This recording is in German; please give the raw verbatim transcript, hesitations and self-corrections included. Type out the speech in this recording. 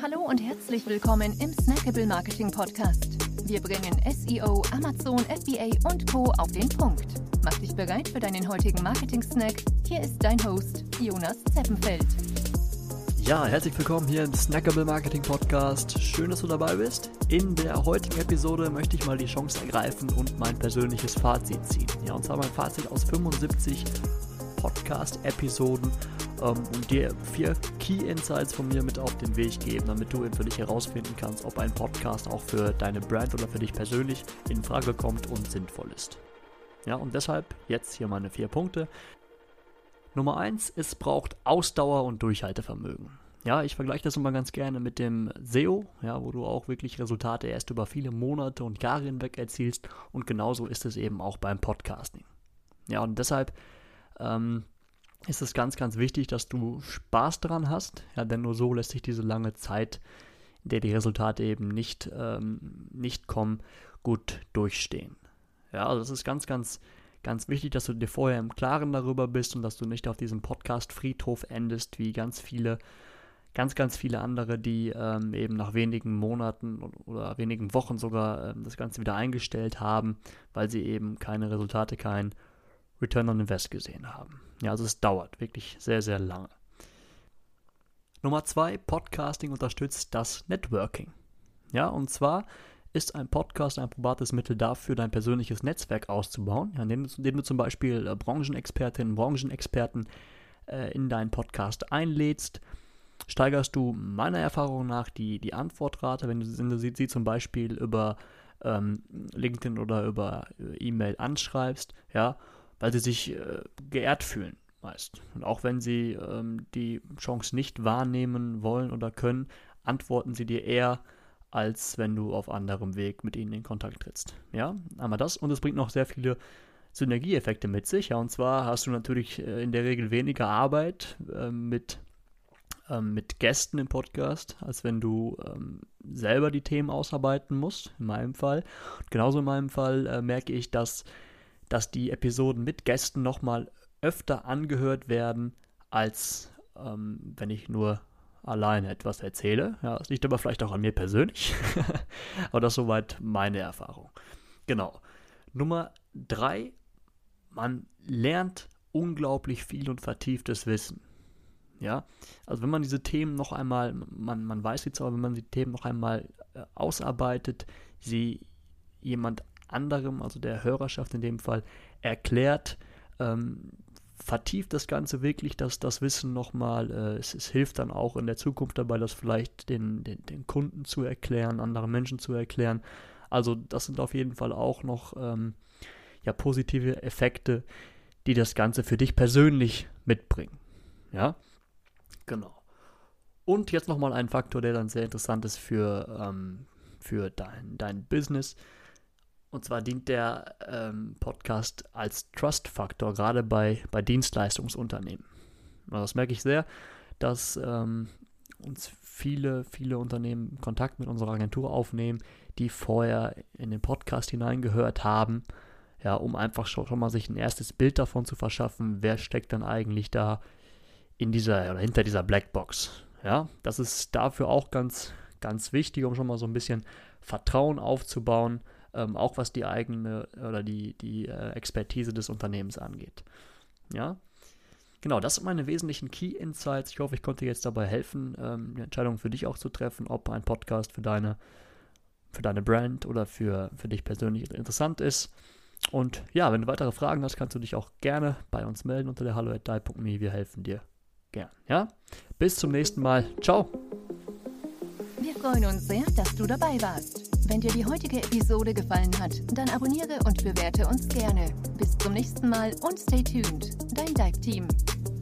Hallo und herzlich willkommen im Snackable Marketing Podcast. Wir bringen S E O, Amazon, F B A und Co. auf den Punkt. Mach dich bereit für deinen heutigen Marketing-Snack. Hier ist dein Host, Jonas Zeppenfeld. Ja, herzlich willkommen hier im Snackable Marketing Podcast. Schön, dass du dabei bist. In der heutigen Episode möchte ich mal die Chance ergreifen und mein persönliches Fazit ziehen. Ja, und zwar mein Fazit aus fünfundsiebzig Podcast-Episoden ähm, und dir vier Key Insights von mir mit auf den Weg geben, damit du eben für dich herausfinden kannst, ob ein Podcast auch für deine Brand oder für dich persönlich in Frage kommt und sinnvoll ist. Ja, und deshalb jetzt hier meine vier Punkte. Nummer eins, es braucht Ausdauer und Durchhaltevermögen. Ja, ich vergleiche das immer ganz gerne mit dem S E O, ja, wo du auch wirklich Resultate erst über viele Monate und Jahre hinweg erzielst, und genauso ist es eben auch beim Podcasting. Ja, und deshalb ähm, ist es ganz, ganz wichtig, dass du Spaß daran hast, ja, denn nur so lässt sich diese lange Zeit, in der die Resultate eben nicht, ähm, nicht kommen, gut durchstehen. Ja, also das ist ganz, ganz Ganz wichtig, dass du dir vorher im Klaren darüber bist und dass du nicht auf diesem Podcast-Friedhof endest, wie ganz viele, ganz, ganz viele andere, die ähm, eben nach wenigen Monaten oder wenigen Wochen sogar ähm, das Ganze wieder eingestellt haben, weil sie eben keine Resultate, kein Return on Invest gesehen haben. Ja, also es dauert wirklich sehr, sehr lange. Nummer zwei, Podcasting unterstützt das Networking. Ja, und zwar ist ein Podcast ein probates Mittel dafür, dein persönliches Netzwerk auszubauen, ja, indem, indem du zum Beispiel äh, Branchenexpertinnen, Branchenexperten äh, in deinen Podcast einlädst, steigerst du meiner Erfahrung nach die, die Antwortrate, wenn du, wenn du sie, sie zum Beispiel über ähm, LinkedIn oder über äh, E-Mail anschreibst, ja, weil sie sich äh, geehrt fühlen meist. Und auch wenn sie ähm, die Chance nicht wahrnehmen wollen oder können, antworten sie dir eher, als wenn du auf anderem Weg mit ihnen in Kontakt trittst. Ja, einmal das, und es bringt noch sehr viele Synergieeffekte mit sich. Ja, und zwar hast du natürlich äh, in der Regel weniger Arbeit äh, mit, äh, mit Gästen im Podcast, als wenn du ähm, selber die Themen ausarbeiten musst, in meinem Fall. Und genauso in meinem Fall äh, merke ich, dass, dass die Episoden mit Gästen nochmal öfter angehört werden, als ähm, wenn ich nur alleine etwas erzähle. Ja, das liegt aber vielleicht auch an mir persönlich. Aber das ist soweit meine Erfahrung. Genau. Nummer drei, man lernt unglaublich viel und vertieftes Wissen. Ja, also wenn man diese Themen noch einmal, man, man weiß jetzt aber, wenn man die Themen noch einmal äh, ausarbeitet, sie jemand anderem, also der Hörerschaft in dem Fall, erklärt, ähm, vertieft das Ganze wirklich, dass das Wissen nochmal, äh, es, es hilft dann auch in der Zukunft dabei, das vielleicht den, den, den Kunden zu erklären, anderen Menschen zu erklären. Also das sind auf jeden Fall auch noch ähm, ja, positive Effekte, die das Ganze für dich persönlich mitbringen. Ja, genau. Und jetzt nochmal ein Faktor, der dann sehr interessant ist für, ähm, für dein, dein Business. Und zwar dient der ähm, Podcast als Trust-Faktor, gerade bei, bei Dienstleistungsunternehmen. Also das merke ich sehr, dass ähm, uns viele, viele Unternehmen Kontakt mit unserer Agentur aufnehmen, die vorher in den Podcast hineingehört haben, ja, um einfach schon, schon mal sich ein erstes Bild davon zu verschaffen, wer steckt dann eigentlich da in dieser oder hinter dieser Blackbox. Ja, das ist dafür auch ganz, ganz wichtig, um schon mal so ein bisschen Vertrauen aufzubauen, Ähm, auch was die eigene oder die, die äh, Expertise des Unternehmens angeht. Ja, genau, das sind meine wesentlichen Key Insights. Ich hoffe, ich konnte dir jetzt dabei helfen, ähm, die Entscheidung für dich auch zu treffen, ob ein Podcast für deine, für deine Brand oder für, für dich persönlich interessant ist. Und ja, wenn du weitere Fragen hast, kannst du dich auch gerne bei uns melden unter der hallo at dai punkt me. Wir helfen dir gern. Ja, bis zum nächsten Mal. Ciao. Wir freuen uns sehr, dass du dabei warst. Wenn dir die heutige Episode gefallen hat, dann abonniere und bewerte uns gerne. Bis zum nächsten Mal und stay tuned. Dein Dive-Team.